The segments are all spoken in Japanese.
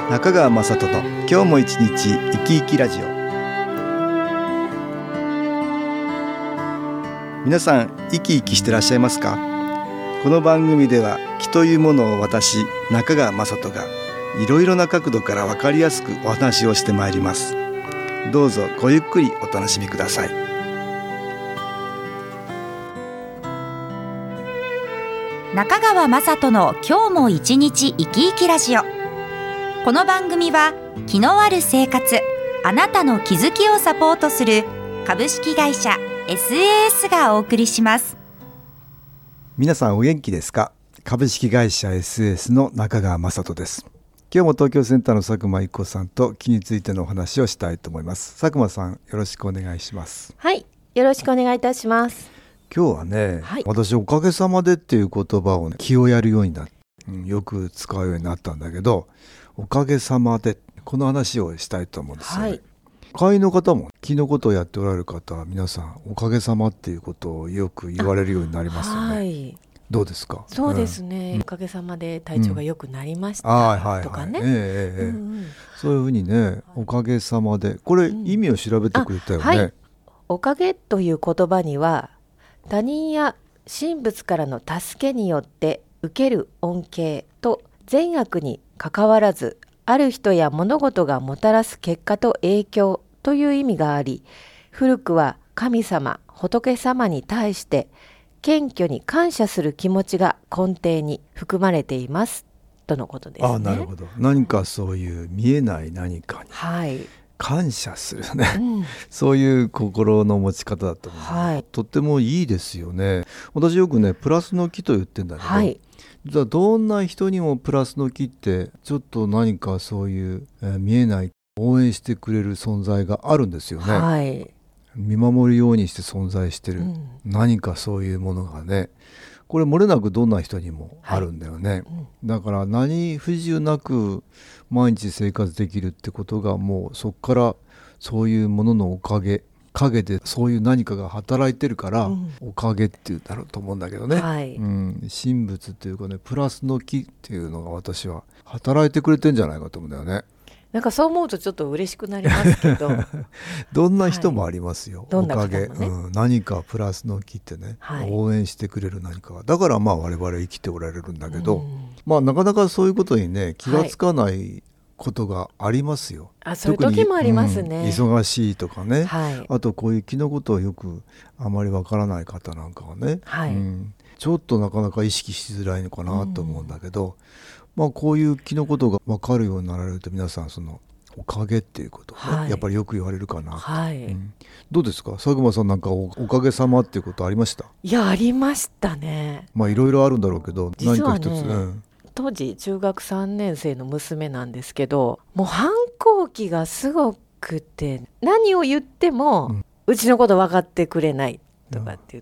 中川雅人の今日も一日生き生きラジオ。皆さん生き生きしてらっしゃいますか？この番組では気というものを私中川雅人がいろいろな角度から分かりやすくお話をしてまいります。どうぞごゆっくりお楽しみください。 中川雅人の今日も一日生き生きラジオ。この番組は気のある生活、あなたの気づきをサポートする株式会社 SAS がお送りします。 皆さんお元気ですか？株式会社 SAS の中川雅人です。今日も東京センターの佐久間一子さんと気についてのお話をしたいと思います。佐久間さん、よろしくお願いします。 はい、よろしくお願いいたします。 今日はね、 はい、 私おかげさまでっていう言葉を、気をやるようになって、よく使うようになったんだけど、おかげさまでこの話をしたいと思うんですよね。はい、会員の方も気のことをやっておられる方は皆さんおかげさまっていうことをよく言われるようになりますよね。はい、どうですか？ そうですね、おかげさまで体調が良くなりました、とかね、 そういうふうにね、おかげさまで、これ意味を調べてくれたよね。はい、 おかげという言葉には他人や神仏からの助けによって受ける恩恵と善悪に関わらずある人や物事がもたらす結果と影響という意味があり、古くは神様、仏様に対して謙虚に感謝する気持ちが根底に含まれていますとのことですね。 なるほど。何かそういう見えない何かに、感謝するね、そういう心の持ち方だと思う、とってもいいですよね。私よくね、プラスの気と言ってんだけど、実はどんな人にもプラスの気ってちょっと何かそういう、見えない応援してくれる存在があるんですよね。見守るようにして存在してる、何かそういうものがね、これ漏れなくどんな人にもあるんだよね。だから何不自由なく毎日生活できるってことが、もうそこからそういうもののおかげ、陰でそういう何かが働いてるから、おかげっていうだろうと思うんだけどね。神仏っていうかね、プラスの気っていうのが私は働いてくれてんじゃないかと思うんだよね。 なんかそう思うとちょっと嬉しくなりますけどどんな人もありますよ、 どんなおかげ、何かプラスの気ってね、応援してくれる何かが、だから我々生きておられるんだけど、なかなかそういうことにね、気がつかないことがありますよ。 そういう時もありますね。 忙しいとかね、あとこういう気のことをよくあまりわからない方なんかはね、ちょっとなかなか意識しづらいのかなと思うんだけど、こういう気のことが分かるようになられると、皆さんそのおかげっていうことをね、やっぱりよく言われるかな、どうですか？佐久間さんなんか おかげさまっていうことありました？ いや、ありましたね。 いろいろあるんだろうけど、 実はね、 何か一つ、 当時中学3年生の娘なんですけど、もう反抗期がすごくて、何を言っても、うちのこと分かってくれないとかって言って、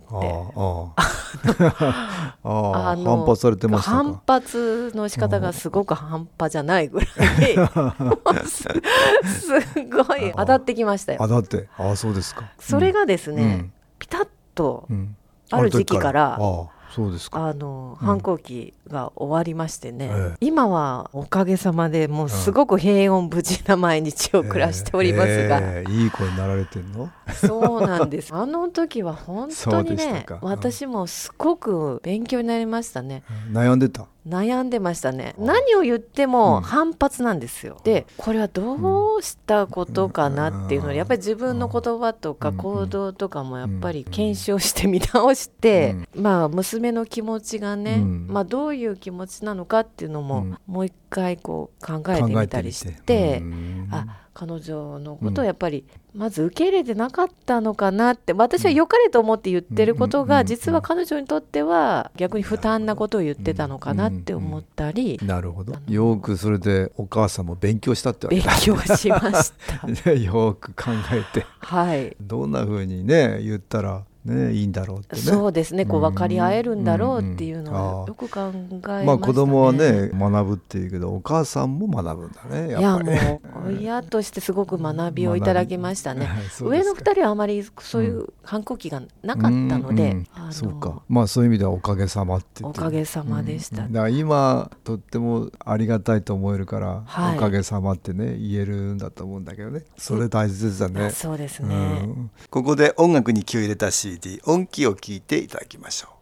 反発されてましたか？ 反発の仕方がすごく半端じゃないぐらいすごい当たってきましたよ。 そうですか。 それがですね、ピタッとある時期からそうですか。 反抗期が終わりましてね、今はおかげさまでもうすごく平穏無事な毎日を暮らしておりますが、 いい子になられてんの？ そうなんです。あの時は本当にね、私もすごく勉強になりましたね。 悩んでましたね。何を言っても反発なんですよ。で、これはどうしたことかなっていうのを、やっぱり自分の言葉とか行動とかもやっぱり検証して見直して、娘の気持ちがね、どういう気持ちなのかっていうのも、もう一回こう考えてみたりして、彼女のことをやっぱりまず受け入れてなかったのかなって、私は良かれと思って言ってることが、実は彼女にとっては逆に負担なことを言ってたのかなって思ったり。 なるほど。よくそれでお母さんも勉強したってわけだ。 勉強しましたよく考えて、どんな風にね言ったらね、いいんだろうってね。 そうですね、こう分かり合えるんだろうっていうのはよく考えましたね。 まあ子供はね学ぶっていうけど、お母さんも学ぶんだね、やっぱり。 いやもう親としてすごく学びをいただきましたね。上の2人はあまりそういう反抗期がなかったので、 そうか、まあそういう意味ではおかげさまって言って、 おかげさまでした、 だから今とってもありがたいと思えるから、おかげさまってね言えるんだと思うんだけどね。それ大切だね。 そうですね、 ここで音楽に気を入れた CD 音気を聞いていただきましょう。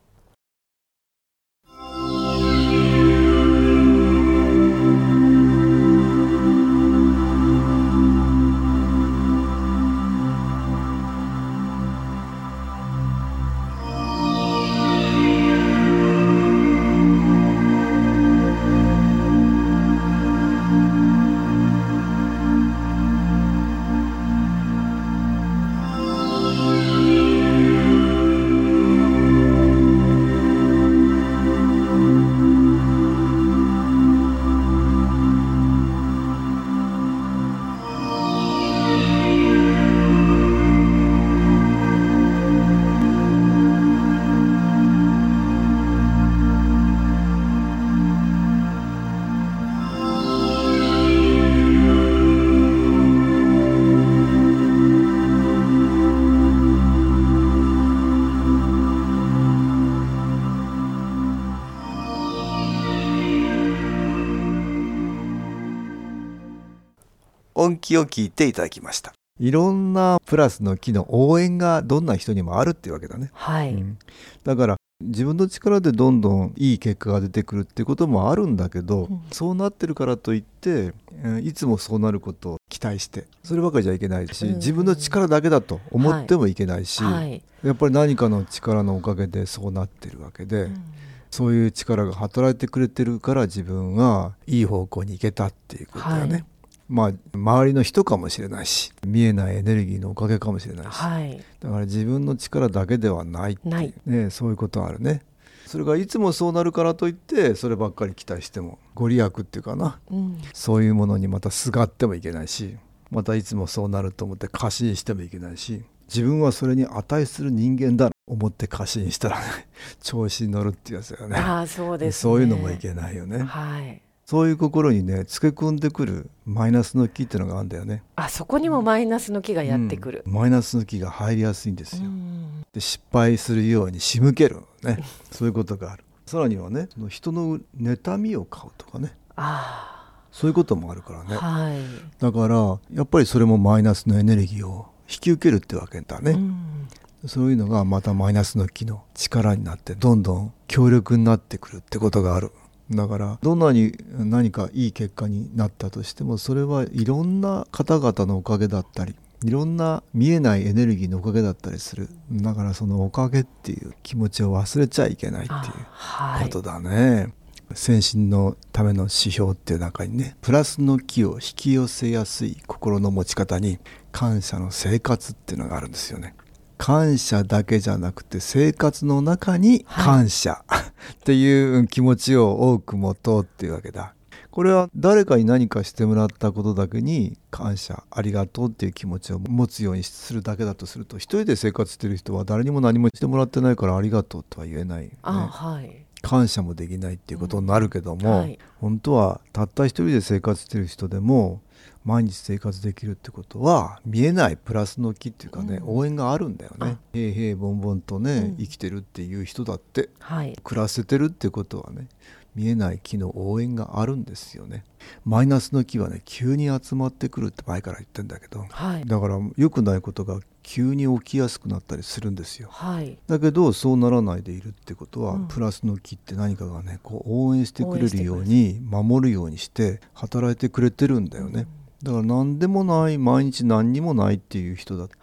音気を聞いていただきました。いろんなプラスの木の応援がどんな人にもあるっていうわけだね。だから自分の力でどんどんいい結果が出てくるっていうこともあるんだけど、そうなってるからといっていつもそうなることを期待してそればかりじゃいけないし、自分の力だけだと思ってもいけないし、やっぱり何かの力のおかげでそうなってるわけで、そういう力が働いてくれてるから自分がいい方向に行けたっていうことだね。まあ周りの人かもしれないし、見えないエネルギーのおかげかもしれないし、だから自分の力だけではないっていうね、そういうことあるね。それがいつもそうなるからといってそればっかり期待してもご利益っていうかな、そういうものにまたすがってもいけないし、またいつもそうなると思って過信してもいけないし、自分はそれに値する人間だと思って過信したらね調子に乗るっていうやつだよね。 そうですね、 そういうのもいけないよね。そういう心にねつけ込んでくるマイナスの気っていうのがあるんだよね。 そこにもマイナスの気がやってくる、 マイナスの気が入りやすいんですよ。で失敗するように仕向けるねそういうことがある。さらにはね、人の妬みを買うとかね、そういうこともあるからね、だからやっぱりそれもマイナスのエネルギーを引き受けるってわけだね、そういうのがまたマイナスの気の力になってどんどん強力になってくるってことがある。だからどんなに何かいい結果になったとしても、それはいろんな方々のおかげだったり、いろんな見えないエネルギーのおかげだったりする。だからそのおかげっていう気持ちを忘れちゃいけないっていうことだね。先進のための指標っていう中にね、プラスの気を引き寄せやすい心の持ち方に感謝の生活っていうのがあるんですよね。感謝だけじゃなくて生活の中に感謝、っていう気持ちを多く持とうっていうわけだ。これは誰かに何かしてもらったことだけに感謝ありがとうっていう気持ちを持つようにするだけだとすると、一人で生活してる人は誰にも何もしてもらってないからありがとうとは言えない、感謝もできないっていうことになるけども、本当はたった一人で生活してる人でも毎日生活できるってことは見えないプラスの気っていうかね、応援があるんだよね。平々凡々とね、生きてるっていう人だって、暮らせてるってことはね、見えない気の応援があるんですよね。マイナスの気はね急に集まってくるって前から言ってんだけど、だから良くないことが急に起きやすくなったりするんですよ、だけどそうならないでいるってことは、プラスの気って何かがねこう応援してくれるように守るようにして働いてくれてるんだよね、だから何でもない毎日何にもないっていう人だって、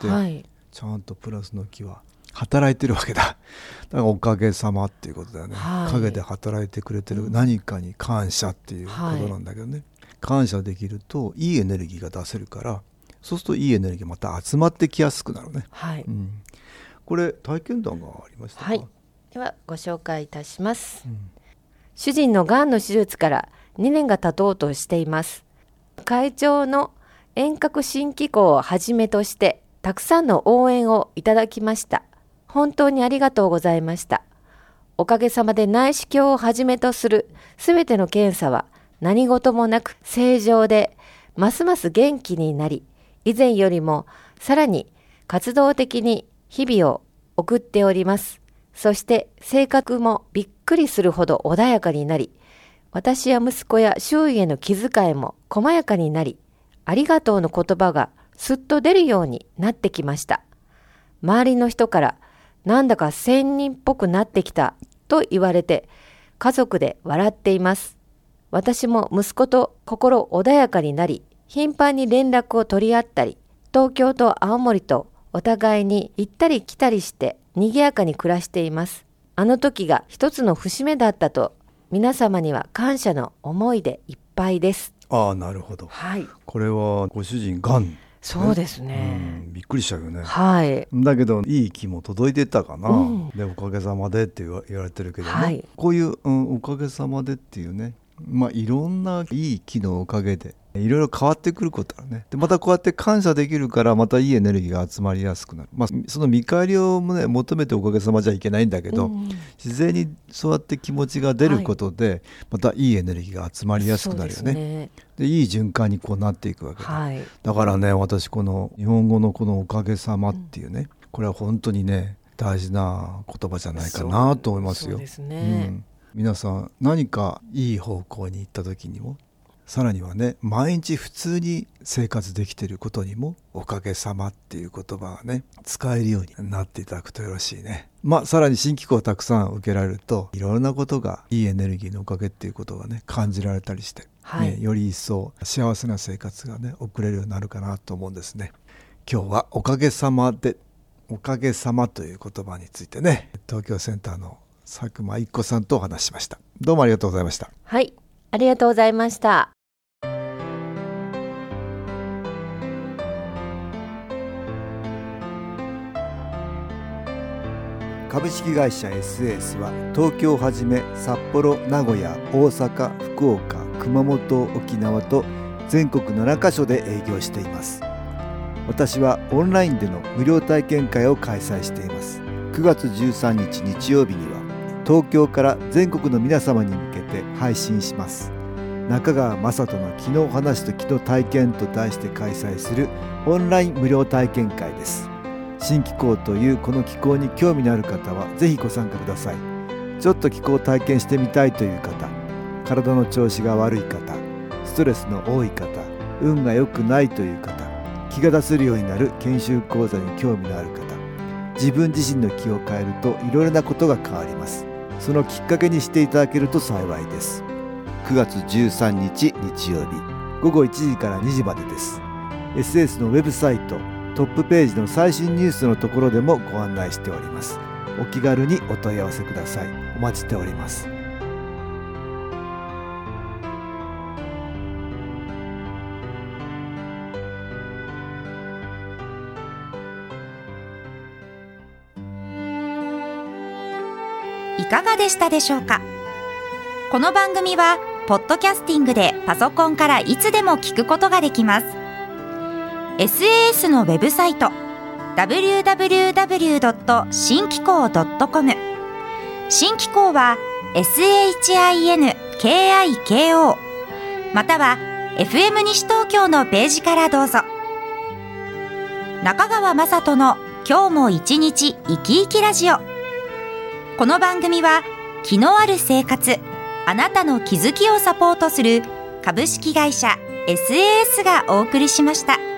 ちゃんとプラスの気は働いてるわけだ。だからおかげさまっていうことだよね、陰で働いてくれてる何かに感謝っていうことなんだけどね、感謝できるといいエネルギーが出せるから、そうするといいエネルギーまた集まってきやすくなるね、これ体験談がありましたか？ ではご紹介いたします、主人のがんの手術から2年が経とうとしています。会長の遠隔新機構をはじめとしてたくさんの応援をいただきました。 本当にありがとうございました。おかげさまで内視鏡をはじめとするすべての検査は何事もなく正常で、ますます元気になり、以前よりもさらに活動的に日々を送っております。そして性格もびっくりするほど穏やかになり、私や息子や周囲への気遣いも細やかになり、ありがとうの言葉がすっと出るようになってきました。周りの人からなんだか仙人っぽくなってきたと言われて、家族で笑っています。私も息子と心穏やかになり、頻繁に連絡を取り合ったり、東京と青森とお互いに行ったり来たりして賑やかに暮らしています。あの時が一つの節目だったと、皆様には感謝の思いでいっぱいです。 ああ、なるほど、はい、これはご主人がん、 そうですね、 びっくりしちゃうよね。 はい。 だけどいい気も届いてたかな、でおかげさまでって言われてるけどね、はい、こういう、おかげさまでっていうね、いろんないい気のおかげでいろいろ変わってくることはね、でまたこうやって感謝できるから、またいいエネルギーが集まりやすくなる、その見返りを、ね、求めておかげさまじゃいけないんだけど、自然にそうやって気持ちが出ることで、はい、またいいエネルギーが集まりやすくなるよね。でいい循環にこうなっていくわけだ、はい、だからね、私この日本語のこのおかげさまっていうね、これは本当にね大事な言葉じゃないかなと思いますよ。 そうですね、 皆さん何かいい方向に行った時にも、さらにはね、毎日普通に生活できていることにもおかげさまっていう言葉がね使えるようになっていただくとよろしいね。さらに新機構をたくさん受けられると、いろんなことがいいエネルギーのおかげっていうことがね感じられたりして、はい、より一層幸せな生活がね送れるようになるかなと思うんですね。今日はおかげさまで、おかげさまという言葉についてね、東京センターの佐久間一子さんとお話ししました。どうもありがとうございました。 はい、ありがとうございました。 株式会社 SS は東京をはじめ札幌、名古屋、大阪、福岡、熊本、沖縄と全国7カ所で営業しています。私はオンラインでの無料体験会を開催しています。9月13日日曜日には東京から全国の皆様に向けて配信します。中川雅人の気の話と気の体験と題して開催するオンライン無料体験会です。新気候というこの気候に興味のある方はぜひご参加ください。ちょっと気候を体験してみたいという方、体の調子が悪い方、ストレスの多い方、運が良くないという方、気が出せるようになる研修講座に興味のある方、自分自身の気を変えるといろいろなことが変わります。そのきっかけにしていただけると幸いです。9月13日日曜日午後1時から2時までです。 SS のウェブサイトトップページの最新ニュースのところでもご案内しております。お気軽にお問い合わせください。お待ちしております。 いかがでしたでしょうか。この番組はポッドキャスティングでパソコンからいつでも聞くことができます。SAS のウェブサイト www.新機構 .com、 新機構は SHINKIKO、 または FM 西東京のページからどうぞ。中川雅人の今日も一日生き生きラジオ。この番組は気のある生活、あなたの気づきをサポートする株式会社 SAS がお送りしました。